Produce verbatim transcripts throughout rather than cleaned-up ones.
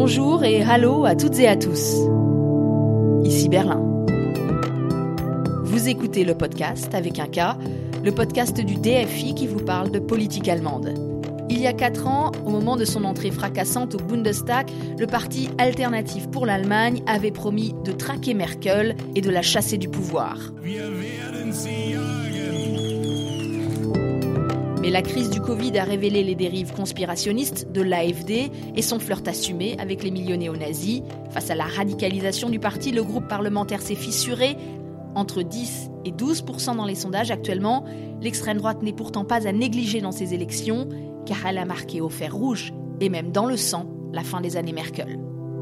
Bonjour et hallo à toutes et à tous. Ici Berlin. Vous écoutez le podcast avec un K, le podcast du D F I qui vous parle de politique allemande. Il y a quatre ans, au moment de son entrée fracassante au Bundestag, le parti Alternative pour l'Allemagne avait promis de traquer Merkel et de la chasser du pouvoir. Mais la crise du Covid a révélé les dérives conspirationnistes de l'A F D et son flirt assumé avec les milieux néo-nazis. Face à la radicalisation du parti, le groupe parlementaire s'est fissuré. Entre dix et douze pour cent dans les sondages actuellement, l'extrême droite n'est pourtant pas à négliger dans ces élections, car elle a marqué au fer rouge, et même dans le sang, la fin des années Merkel.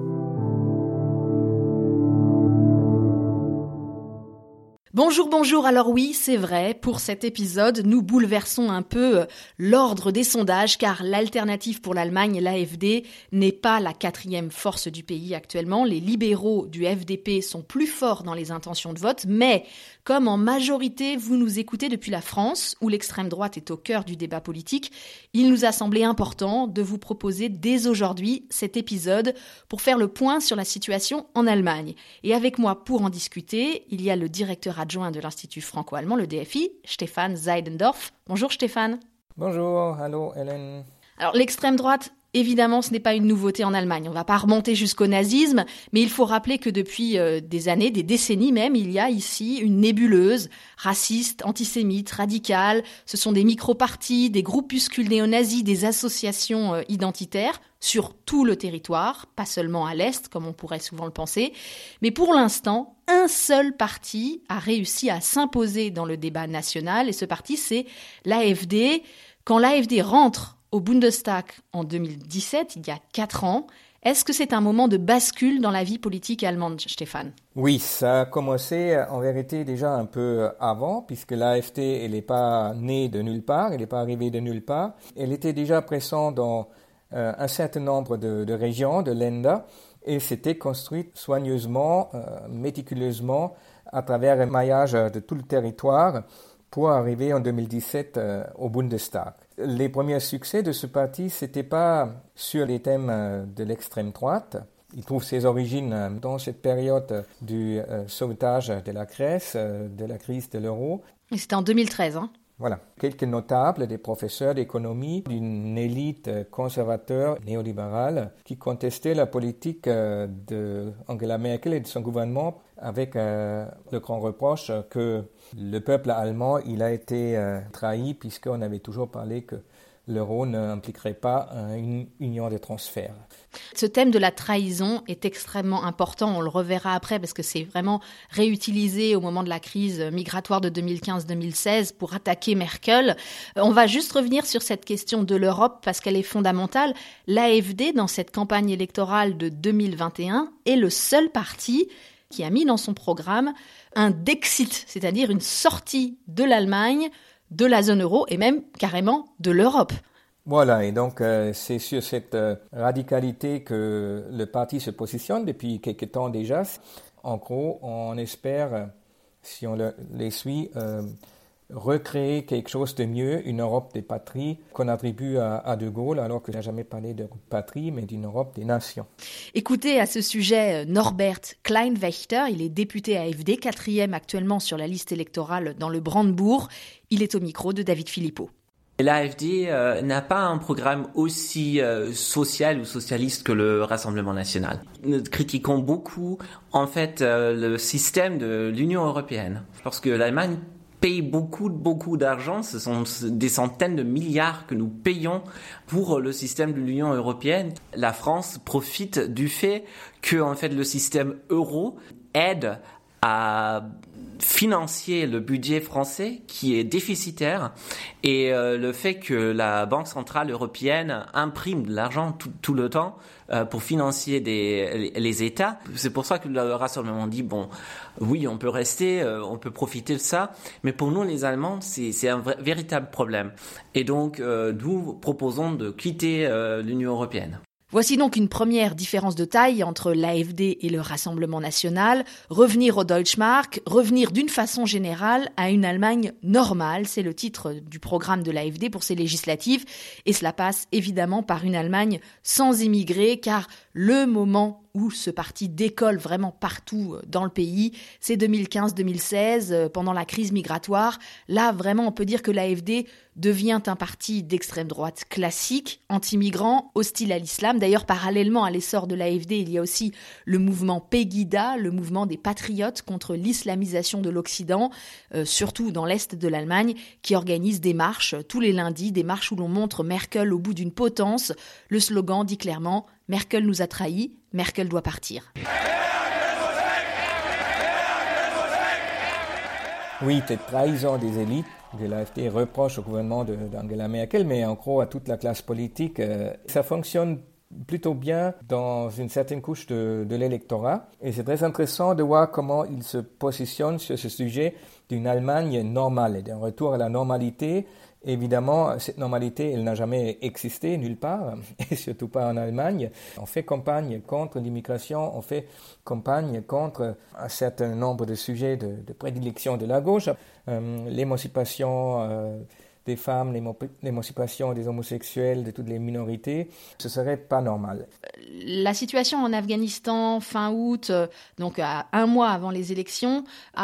Bonjour, bonjour. Alors oui, c'est vrai, pour cet épisode, nous bouleversons un peu l'ordre des sondages car l'Alternative pour l'Allemagne, l'A F D, n'est pas la quatrième force du pays actuellement. Les libéraux du F D P sont plus forts dans les intentions de vote, mais comme en majorité vous nous écoutez depuis la France, où l'extrême droite est au cœur du débat politique, il nous a semblé important de vous proposer dès aujourd'hui cet épisode pour faire le point sur la situation en Allemagne. Et avec moi pour en discuter, il y a le directeur adjoint de l'Institut franco-allemand, le D F I, Stefan Seidendorf. Bonjour Stéphane. Bonjour, allô Hélène. Alors l'extrême droite, évidemment, ce n'est pas une nouveauté en Allemagne. On ne va pas remonter jusqu'au nazisme, mais il faut rappeler que depuis euh, des années, des décennies même, il y a ici une nébuleuse raciste, antisémite, radicale. Ce sont des micro-partis, des groupuscules néo-nazis, des associations euh, identitaires sur tout le territoire, pas seulement à l'Est, comme on pourrait souvent le penser. Mais pour l'instant, un seul parti a réussi à s'imposer dans le débat national, et ce parti, c'est l'A F D. Quand l'A F D rentre au Bundestag en deux mille dix-sept, il y a quatre ans, est-ce que c'est un moment de bascule dans la vie politique allemande, Stéphane ? Oui, ça a commencé en vérité déjà un peu avant, puisque l'A F D, elle n'est pas née de nulle part, elle n'est pas arrivée de nulle part. Elle était déjà présente dans euh, un certain nombre de, de régions, de Länder, et s'était construite soigneusement, euh, méticuleusement, à travers un maillage de tout le territoire, pour arriver en deux mille dix-sept euh, au Bundestag. Les premiers succès de ce parti, ce n'était pas sur les thèmes euh, de l'extrême droite. Il trouve ses origines euh, dans cette période du euh, sauvetage de la Grèce, euh, de la crise de l'euro. Et c'était en deux mille treize, hein ? Voilà. Quelques notables, des professeurs d'économie, d'une élite conservateur néolibérale qui contestait la politique euh, d'Angela Merkel et de son gouvernement avec euh, le grand reproche que le peuple allemand, il a été euh, trahi puisqu'on avait toujours parlé que l'euro n'impliquerait pas euh, une union des transferts. Ce thème de la trahison est extrêmement important, on le reverra après parce que c'est vraiment réutilisé au moment de la crise migratoire de deux mille quinze deux mille seize pour attaquer Merkel. On va juste revenir sur cette question de l'Europe parce qu'elle est fondamentale. L'A F D, dans cette campagne électorale de deux mille vingt et un, est le seul parti qui a mis dans son programme un Dexit, c'est-à-dire une sortie de l'Allemagne, de la zone euro et même carrément de l'Europe. Voilà, et donc euh, c'est sur cette euh, radicalité que le parti se positionne depuis quelque temps déjà. En gros, on espère, euh, si on le, les suit, euh, recréer quelque chose de mieux, une Europe des patries qu'on attribue à, à De Gaulle, alors qu'il n'a jamais parlé de patrie, mais d'une Europe des nations. Écoutez à ce sujet Norbert Kleinwächter, il est député A F D, quatrième actuellement sur la liste électorale dans le Brandebourg. Il est au micro de David Philippot. L'A F D euh, n'a pas un programme aussi euh, social ou socialiste que le Rassemblement national. Nous critiquons beaucoup, en fait, euh, le système de l'Union européenne, parce que l'Allemagne paye beaucoup, beaucoup d'argent. Ce sont des centaines de milliards que nous payons pour le système de l'Union européenne. La France profite du fait que, en fait, le système euro aide à financer le budget français qui est déficitaire et euh, le fait que la Banque centrale européenne imprime de l'argent tout, tout le temps euh, pour financer des, les, les États. C'est pour ça que le Rassemblement dit, bon, oui, on peut rester, euh, on peut profiter de ça, mais pour nous, les Allemands, c'est, c'est un vrai, véritable problème. Et donc, euh, nous proposons de quitter euh, l'Union européenne. Voici donc une première différence de taille entre l'A F D et le Rassemblement national. Revenir au Deutschmark, revenir d'une façon générale à une Allemagne normale, c'est le titre du programme de l'A F D pour ces législatives. Et cela passe évidemment par une Allemagne sans immigrés, car le moment où ce parti décolle vraiment partout dans le pays, c'est deux mille quinze deux mille seize, pendant la crise migratoire. Là, vraiment, on peut dire que l'A F D devient un parti d'extrême droite classique, anti-migrant, hostile à l'islam. D'ailleurs, parallèlement à l'essor de l'A F D, il y a aussi le mouvement Pegida, le mouvement des patriotes contre l'islamisation de l'Occident, euh, surtout dans l'est de l'Allemagne, qui organise des marches tous les lundis, des marches où l'on montre Merkel au bout d'une potence. Le slogan dit clairement « Merkel nous a trahis, Merkel doit partir ». Oui, cette trahison des élites de l'A F D reproche au gouvernement de, d'Angela Merkel, mais en gros à toute la classe politique. Euh, ça fonctionne plutôt bien dans une certaine couche de, de l'électorat. Et c'est très intéressant de voir comment il se positionne sur ce sujet d'une Allemagne normale et d'un retour à la normalité. Évidemment, cette normalité, elle n'a jamais existé nulle part, et surtout pas en Allemagne. On fait campagne contre l'immigration, on fait campagne contre un certain nombre de sujets de, de prédilection de la gauche, euh, l'émancipation euh, des femmes, l'émancipation des homosexuels, de toutes les minorités. Ce serait pas normal. La situation en Afghanistan, fin août, donc à un mois avant les élections,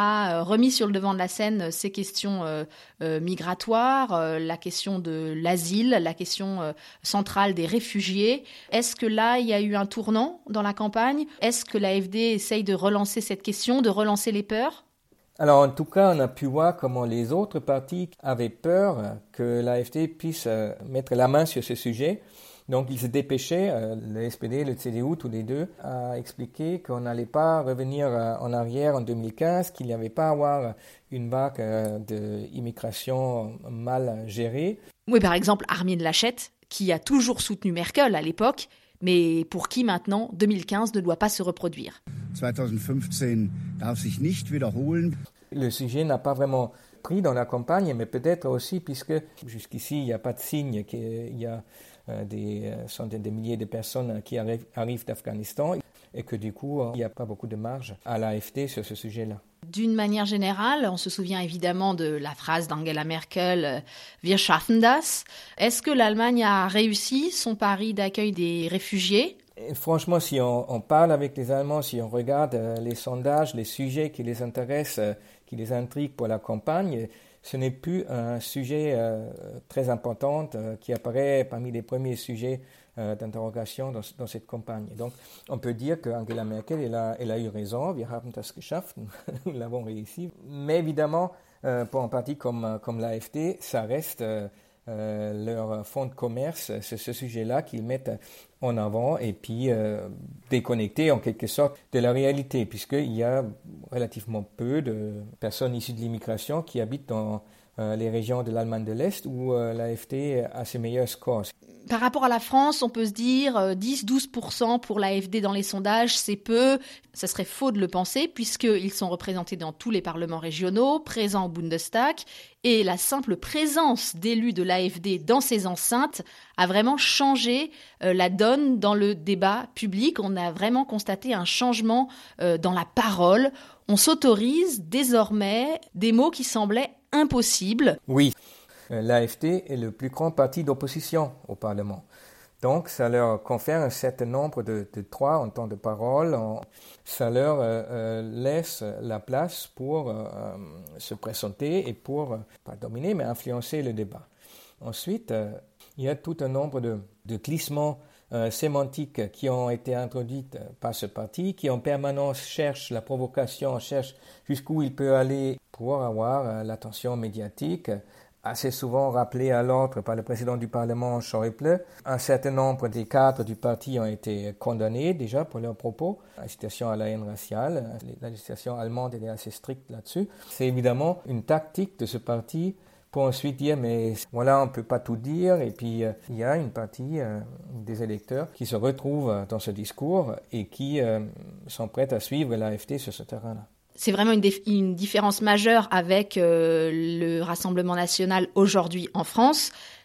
a remis sur le devant de la scène ces questions euh, euh, migratoires, euh, la question de l'asile, la question euh, centrale des réfugiés. Est-ce que là, il y a eu un tournant dans la campagne ? Est-ce que l'A F D essaye de relancer cette question, de relancer les peurs ? Alors, en tout cas, on a pu voir comment les autres partis avaient peur que l'A F D puisse euh, mettre la main sur ce sujet. Donc, ils se dépêchaient, euh, le S P D, le C D U, tous les deux, à expliquer qu'on n'allait pas revenir euh, en arrière en deux mille quinze, qu'il n'y avait pas à avoir une vague euh, d'immigration mal gérée. Oui, par exemple, Armin Laschet, qui a toujours soutenu Merkel à l'époque, mais pour qui maintenant deux mille quinze ne doit pas se reproduire. zweitausendfünfzehn darf sich nicht wiederholen. Le sujet n'a pas vraiment pris dans la campagne, mais peut-être aussi puisque jusqu'ici il n'y a pas de signe qu'il y a euh, des euh, centaines de milliers de personnes qui arrivent, arrivent d'Afghanistan et que du coup il n'y a pas beaucoup de marge à l'A F D sur ce sujet-là. D'une manière générale, on se souvient évidemment de la phrase d'Angela Merkel « Wir schaffen das ». Est-ce que l'Allemagne a réussi son pari d'accueil des réfugiés ? Et franchement, si on, on parle avec les Allemands, si on regarde euh, les sondages, les sujets qui les intéressent, euh, qui les intriguent pour la campagne, ce n'est plus un sujet euh, très important euh, qui apparaît parmi les premiers sujets euh, d'interrogation dans, dans cette campagne. Donc, on peut dire qu'Angela Merkel, elle a, elle a eu raison, wir haben das geschafft, nous l'avons réussi. Mais évidemment, euh, pour un parti comme, comme l'A F D, ça reste euh, euh, leur fonds de commerce, c'est ce sujet-là qu'ils mettent en avant et puis euh, déconnecté en quelque sorte de la réalité, puisqu'il y a relativement peu de personnes issues de l'immigration qui habitent dans euh, les régions de l'Allemagne de l'Est où euh, l'A F D a ses meilleurs scores. Par rapport à la France, on peut se dire euh, dix à douze pour cent pour l'A F D dans les sondages, c'est peu. Ça serait faux de le penser puisqu'ils sont représentés dans tous les parlements régionaux, présents au Bundestag, et la simple présence d'élus de l'A F D dans ces enceintes a vraiment changé euh, la donne dans le débat public. On a vraiment constaté un changement euh, dans la parole. On s'autorise désormais des mots qui semblaient impossibles. Oui. L'A F D est le plus grand parti d'opposition au Parlement. Donc, ça leur confère un certain nombre de, de droits en temps de parole. En, ça leur euh, euh, laisse la place pour euh, se présenter et pour, euh, pas dominer, mais influencer le débat. Ensuite, euh, il y a tout un nombre de, de glissements euh, sémantiques qui ont été introduits par ce parti, qui en permanence cherchent la provocation, cherchent jusqu'où il peut aller pour avoir euh, l'attention médiatique, assez souvent rappelé à l'ordre par le président du Parlement, Schäuble. Un certain nombre des cadres du parti ont été condamnés déjà pour leurs propos. Incitation à la haine raciale, la législation allemande est assez stricte là-dessus. C'est évidemment une tactique de ce parti pour ensuite dire, mais voilà, on ne peut pas tout dire. Et puis, euh, il y a une partie euh, des électeurs qui se retrouvent dans ce discours et qui euh, sont prêts à suivre l'A F D sur ce terrain-là. C'est vraiment une, dif- une différence majeure avec euh, le Rassemblement national aujourd'hui en France.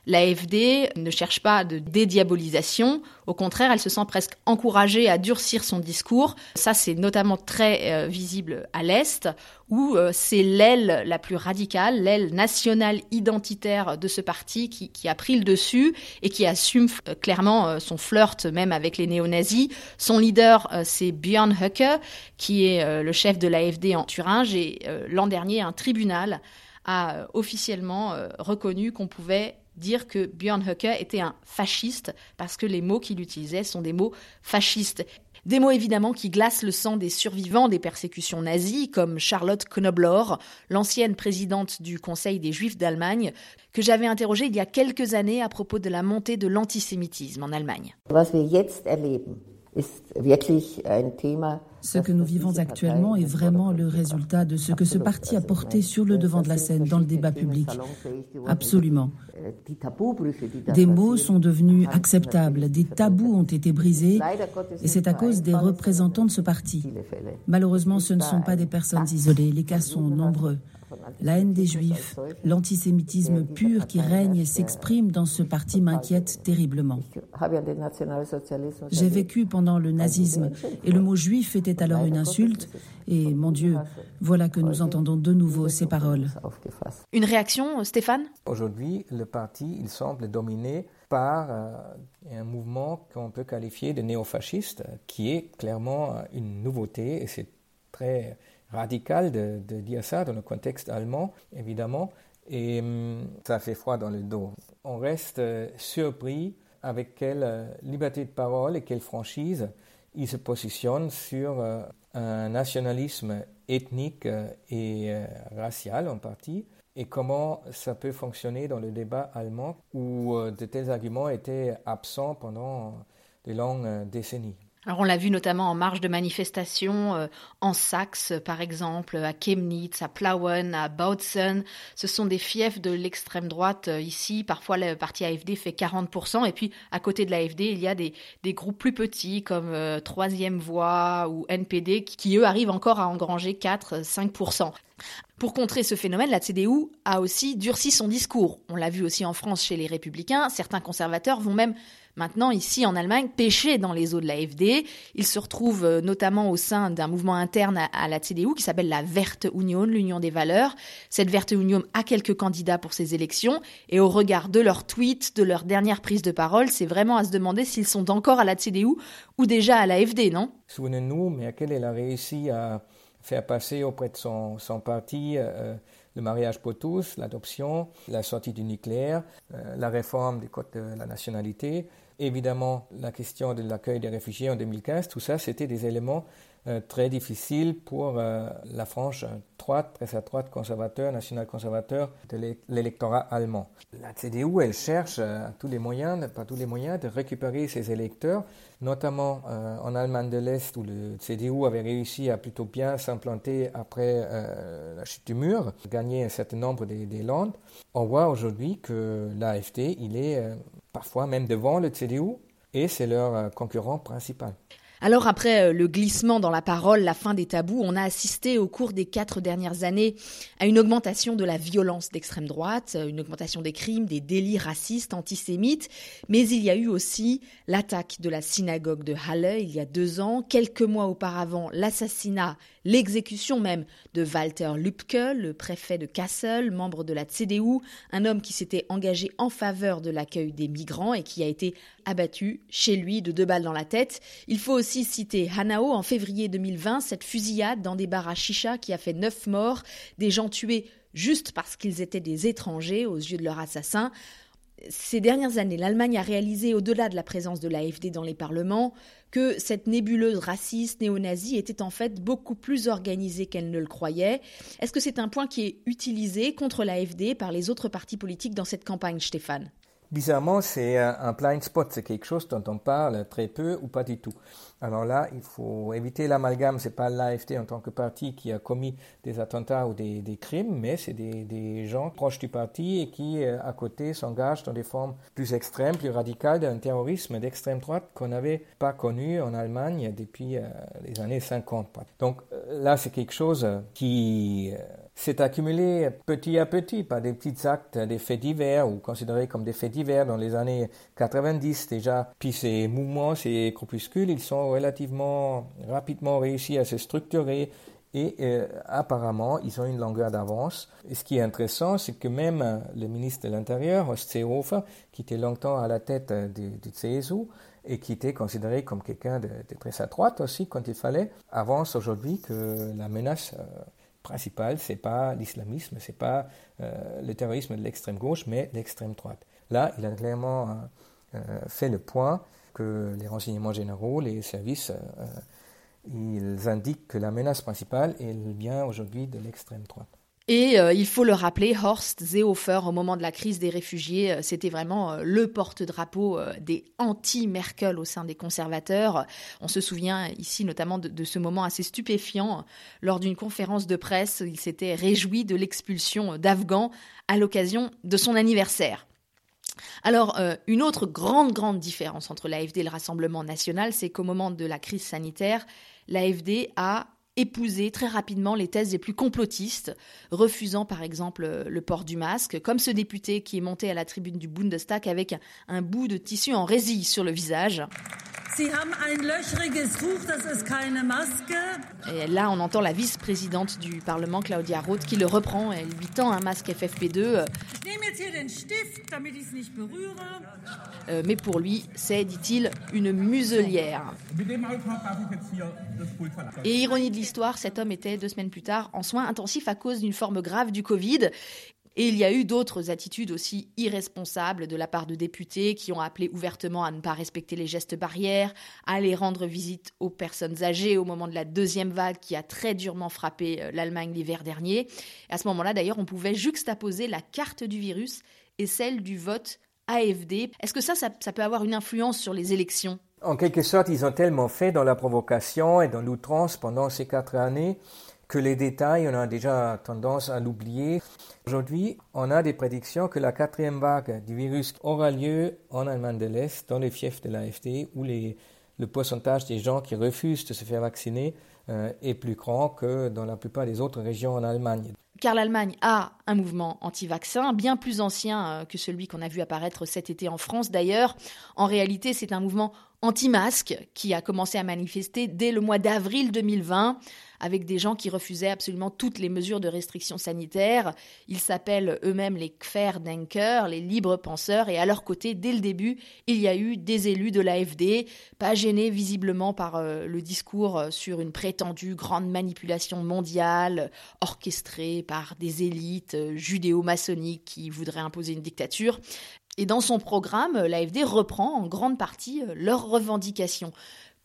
L'AfD ne cherche pas de dédiabolisation. Au contraire, elle se sent presque encouragée à durcir son discours. Ça, c'est notamment très euh, visible à l'Est, où euh, c'est l'aile la plus radicale, l'aile nationale identitaire de ce parti qui, qui a pris le dessus et qui assume euh, clairement euh, son flirt même avec les néo-nazis. Son leader, euh, c'est Björn Höcke, qui est euh, le chef de l'AfD en Thuringe. Et euh, l'an dernier, un tribunal a euh, officiellement euh, reconnu qu'on pouvait dire que Björn Höcke était un fasciste parce que les mots qu'il utilisait sont des mots fascistes. Des mots évidemment qui glacent le sang des survivants des persécutions nazies, comme Charlotte Knobloch, l'ancienne présidente du Conseil des Juifs d'Allemagne, que j'avais interrogée il y a quelques années à propos de la montée de l'antisémitisme en Allemagne. Was wir jetzt erleben, ist wirklich ein Thema. Ce que nous vivons actuellement est vraiment le résultat de ce que ce parti a porté sur le devant de la scène dans le débat public. Absolument. Des mots sont devenus acceptables, des tabous ont été brisés, et c'est à cause des représentants de ce parti. Malheureusement, ce ne sont pas des personnes isolées, les cas sont nombreux. La haine des Juifs, l'antisémitisme pur qui règne et s'exprime dans ce parti m'inquiète terriblement. J'ai vécu pendant le nazisme et le mot juif était alors une insulte et, mon Dieu, voilà que nous entendons de nouveau ces paroles. Une réaction, Stéphane ? Aujourd'hui, le parti, il semble dominé par euh, un mouvement qu'on peut qualifier de néofasciste, qui est clairement une nouveauté et c'est très radical de, de dire ça dans le contexte allemand, évidemment, et hum, ça fait froid dans le dos. On reste euh, surpris avec quelle euh, liberté de parole et quelle franchise il se positionne sur euh, un nationalisme ethnique euh, et euh, racial en partie, et comment ça peut fonctionner dans le débat allemand où euh, de tels arguments étaient absents pendant de longues euh, décennies. Alors on l'a vu notamment en marge de manifestations euh, en Saxe, par exemple, à Chemnitz, à Plauen, à Bautzen. Ce sont des fiefs de l'extrême droite euh, ici. Parfois, le parti AfD fait quarante pour cent. Et puis, à côté de l'AfD, il y a des, des groupes plus petits comme euh, Troisième Voie ou N P D qui, qui, eux, arrivent encore à engranger quatre à cinq pour cent. Pour contrer ce phénomène, la C D U a aussi durci son discours. On l'a vu aussi en France chez les Républicains. Certains conservateurs vont même maintenant, ici en Allemagne, pêcher dans les eaux de l'AfD. Ils se retrouvent notamment au sein d'un mouvement interne à la C D U qui s'appelle la Werte Union, l'Union des valeurs. Cette Werte Union a quelques candidats pour ces élections et au regard de leurs tweets, de leur dernière prise de parole, c'est vraiment à se demander s'ils sont encore à la C D U ou déjà à l'AfD, non ? Souvenez-nous, Merkel, elle a réussi à faire passer auprès de son, son parti euh, le mariage pour tous, l'adoption, la sortie du nucléaire, euh, la réforme du code de la nationalité. Évidemment, la question de l'accueil des réfugiés en deux mille quinze, tout ça, c'était des éléments euh, très difficiles pour euh, la frange droite, très à droite, conservateur, national-conservateur de l'électorat allemand. La C D U, elle cherche euh, tous les moyens, pas tous les moyens, de récupérer ses électeurs, notamment euh, en Allemagne de l'Est, où le C D U avait réussi à plutôt bien s'implanter après euh, la chute du mur, gagner un certain nombre des, des Landes. On voit aujourd'hui que l'AfD, il est euh, parfois même devant le C D U, et c'est leur euh, concurrent principal. Alors après le glissement dans la parole, la fin des tabous, on a assisté au cours des quatre dernières années à une augmentation de la violence d'extrême droite, une augmentation des crimes, des délits racistes, antisémites, mais il y a eu aussi l'attaque de la synagogue de Halle il y a deux ans, quelques mois auparavant l'assassinat, l'exécution même de Walter Lübcke, le préfet de Kassel, membre de la C D U, un homme qui s'était engagé en faveur de l'accueil des migrants et qui a été abattu chez lui de deux balles dans la tête. Il faut aussi citer Hanau en février deux mille vingt, cette fusillade dans des bars à chicha qui a fait neuf morts, des gens tués juste parce qu'ils étaient des étrangers aux yeux de leur assassin. Ces dernières années, l'Allemagne a réalisé, au-delà de la présence de l'AfD dans les parlements, que cette nébuleuse raciste néo-nazie était en fait beaucoup plus organisée qu'elle ne le croyait. Est-ce que c'est un point qui est utilisé contre l'AfD par les autres partis politiques dans cette campagne, Stéphane ? Bizarrement, c'est un blind spot, c'est quelque chose dont on parle très peu ou pas du tout. Alors là, il faut éviter l'amalgame, c'est pas l'AfD en tant que parti qui a commis des attentats ou des, des crimes, mais c'est des, des gens proches du parti et qui, à côté, s'engagent dans des formes plus extrêmes, plus radicales d'un terrorisme d'extrême droite qu'on n'avait pas connu en Allemagne depuis euh, les années cinquante. Donc là, c'est quelque chose qui s'est accumulé petit à petit par des petits actes, des faits divers ou considérés comme des faits divers dans les années quatre-vingt-dix déjà. Puis ces mouvements, ces groupuscules, ils sont relativement rapidement réussi à se structurer et euh, apparemment ils ont une longueur d'avance. Et ce qui est intéressant, c'est que même le ministre de l'Intérieur, Horst Seehofer, qui était longtemps à la tête du, du C S U et qui était considéré comme quelqu'un de, de très à droite aussi quand il fallait, avance aujourd'hui que la menace euh, principal, c'est pas l'islamisme, c'est pas euh, le terrorisme de l'extrême gauche, mais l'extrême droite. Là, il a clairement euh, fait le point que les renseignements généraux, les services, euh, ils indiquent que la menace principale, elle vient aujourd'hui de l'extrême droite. Et euh, il faut le rappeler, Horst Seehofer, au moment de la crise des réfugiés, euh, c'était vraiment euh, le porte-drapeau euh, des anti-Merkel au sein des conservateurs. On se souvient ici notamment de, de ce moment assez stupéfiant. Lors d'une conférence de presse, il s'était réjoui de l'expulsion d'Afghans à l'occasion de son anniversaire. Alors, euh, une autre grande, grande différence entre l'A F D et le Rassemblement national, c'est qu'au moment de la crise sanitaire, l'A F D a épouser très rapidement les thèses les plus complotistes, refusant par exemple le port du masque, comme ce député qui est monté à la tribune du Bundestag avec un, un bout de tissu en résille sur le visage. Sie haben ein löchriges Tuch, das ist keine Maske. Et là, on entend la vice-présidente du Parlement, Claudia Roth, qui le reprend. Elle lui tend un masque F F P deux. Ich nehme jetzt hier den Stift, damit ich es nicht berühre. Euh, mais pour lui, c'est, dit-il, une muselière. Et ironie de l'histoire, cet homme était deux semaines plus tard en soins intensifs à cause d'une forme grave du Covid. Et il y a eu d'autres attitudes aussi irresponsables de la part de députés qui ont appelé ouvertement à ne pas respecter les gestes barrières, à aller rendre visite aux personnes âgées au moment de la deuxième vague qui a très durement frappé l'Allemagne l'hiver dernier. Et à ce moment-là, d'ailleurs, on pouvait juxtaposer la carte du virus et celle du vote A F D. Est-ce que ça, ça, ça peut avoir une influence sur les élections ? En quelque sorte, ils ont tellement fait dans la provocation et dans l'outrance pendant ces quatre années que les détails, on a déjà tendance à l'oublier. Aujourd'hui, on a des prédictions que la quatrième vague du virus aura lieu en Allemagne de l'Est, dans les fiefs de l'A F D, où les, le pourcentage des gens qui refusent de se faire vacciner euh, est plus grand que dans la plupart des autres régions en Allemagne. Car l'Allemagne a un mouvement anti-vaccin, bien plus ancien que celui qu'on a vu apparaître cet été en France d'ailleurs. En réalité, c'est un mouvement anti-masque qui a commencé à manifester dès le mois d'avril deux mille vingt, avec des gens qui refusaient absolument toutes les mesures de restriction sanitaire. Ils s'appellent eux-mêmes les Querdenker, les libres penseurs, et à leur côté, dès le début, il y a eu des élus de l'A F D, pas gênés visiblement par euh, le discours sur une prétendue grande manipulation mondiale, orchestrée par des élites euh, judéo-maçonniques qui voudraient imposer une dictature. Et dans son programme, l'A F D reprend en grande partie euh, leurs revendications. Pourquoi ?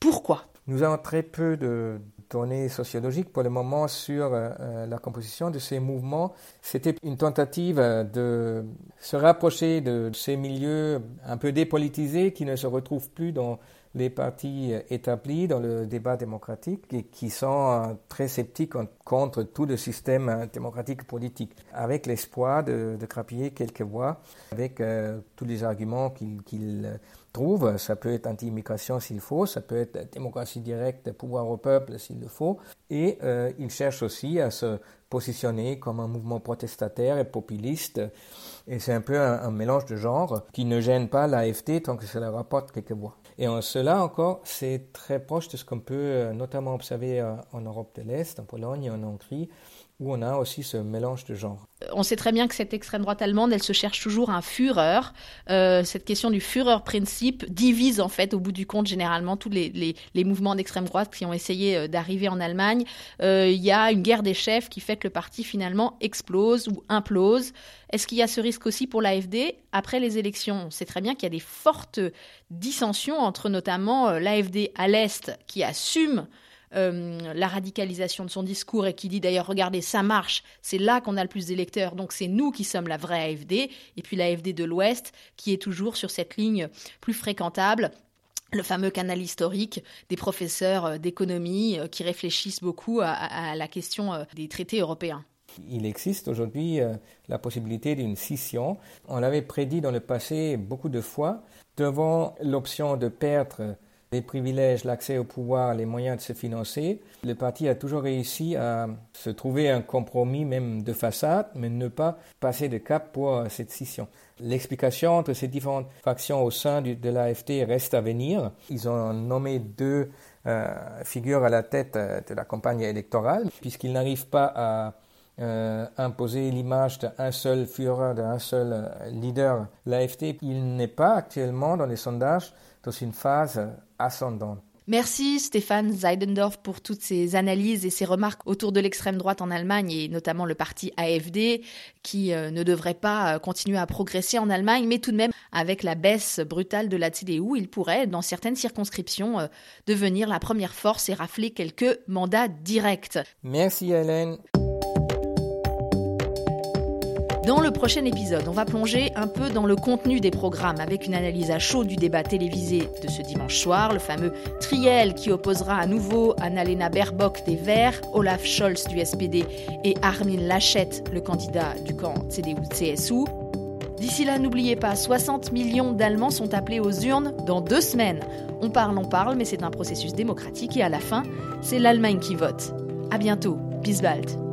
Nous avons très peu de données sociologiques pour le moment sur euh, la composition de ces mouvements. C'était une tentative de se rapprocher de ces milieux un peu dépolitisés qui ne se retrouvent plus dans les partis établis dans le débat démocratique et qui sont très sceptiques contre tout le système démocratique politique, avec l'espoir de, de grappiller quelques voix, avec euh, tous les arguments qu'ils, qu'ils trouvent. Ça peut être anti-immigration s'il faut, ça peut être démocratie directe, pouvoir au peuple s'il le faut. Et euh, ils cherchent aussi à se positionner comme un mouvement protestataire et populiste. Et c'est un peu un, un mélange de genres qui ne gêne pas l'A F D tant que ça leur rapporte quelques voix. Et en cela encore, c'est très proche de ce qu'on peut notamment observer en Europe de l'Est, en Pologne et en Hongrie, où on a aussi ce mélange de genres. On sait très bien que cette extrême droite allemande, elle se cherche toujours un Führer. Euh, cette question du Führer-Prinzip divise en fait, au bout du compte, généralement tous les, les, les mouvements d'extrême droite qui ont essayé d'arriver en Allemagne. Euh, il y a une guerre des chefs qui fait que le parti finalement explose ou implose. Est-ce qu'il y a ce risque aussi pour l'A F D après les élections ? On sait très bien qu'il y a des fortes dissensions entre notamment l'A F D à l'Est qui assume Euh, la radicalisation de son discours et qui dit d'ailleurs regardez ça marche, c'est là qu'on a le plus d'électeurs, donc c'est nous qui sommes la vraie A F D, et puis l'A F D de l'Ouest qui est toujours sur cette ligne plus fréquentable, le fameux canal historique des professeurs d'économie qui réfléchissent beaucoup à, à la question des traités européens. Il existe aujourd'hui euh, la possibilité d'une scission. On l'avait prédit dans le passé beaucoup de fois. Devant l'option de perdre les privilèges, l'accès au pouvoir, les moyens de se financer, le parti a toujours réussi à se trouver un compromis, même de façade, mais ne pas passer de cap pour cette scission. L'explication entre ces différentes factions au sein du, de l'A F D reste à venir. Ils ont nommé deux euh, figures à la tête de la campagne électorale, puisqu'ils n'arrivent pas à euh, imposer l'image d'un seul Führer, d'un seul euh, leader. L'A F D, il n'est pas actuellement dans les sondages dans une phase ascendante. Merci Stéphane Seidendorf pour toutes ces analyses et ces remarques autour de l'extrême droite en Allemagne et notamment le parti A F D qui euh, ne devrait pas euh, continuer à progresser en Allemagne, mais tout de même avec la baisse brutale de la C D U, il pourrait dans certaines circonscriptions euh, devenir la première force et rafler quelques mandats directs. Merci Hélène. Dans le prochain épisode, on va plonger un peu dans le contenu des programmes avec une analyse à chaud du débat télévisé de ce dimanche soir, le fameux triel qui opposera à nouveau Annalena Baerbock des Verts, Olaf Scholz du S P D et Armin Laschet, le candidat du camp C D U C S U. D'ici là, n'oubliez pas, soixante millions d'Allemands sont appelés aux urnes dans deux semaines. On parle, on parle, mais c'est un processus démocratique et à la fin, c'est l'Allemagne qui vote. À bientôt, bis bald.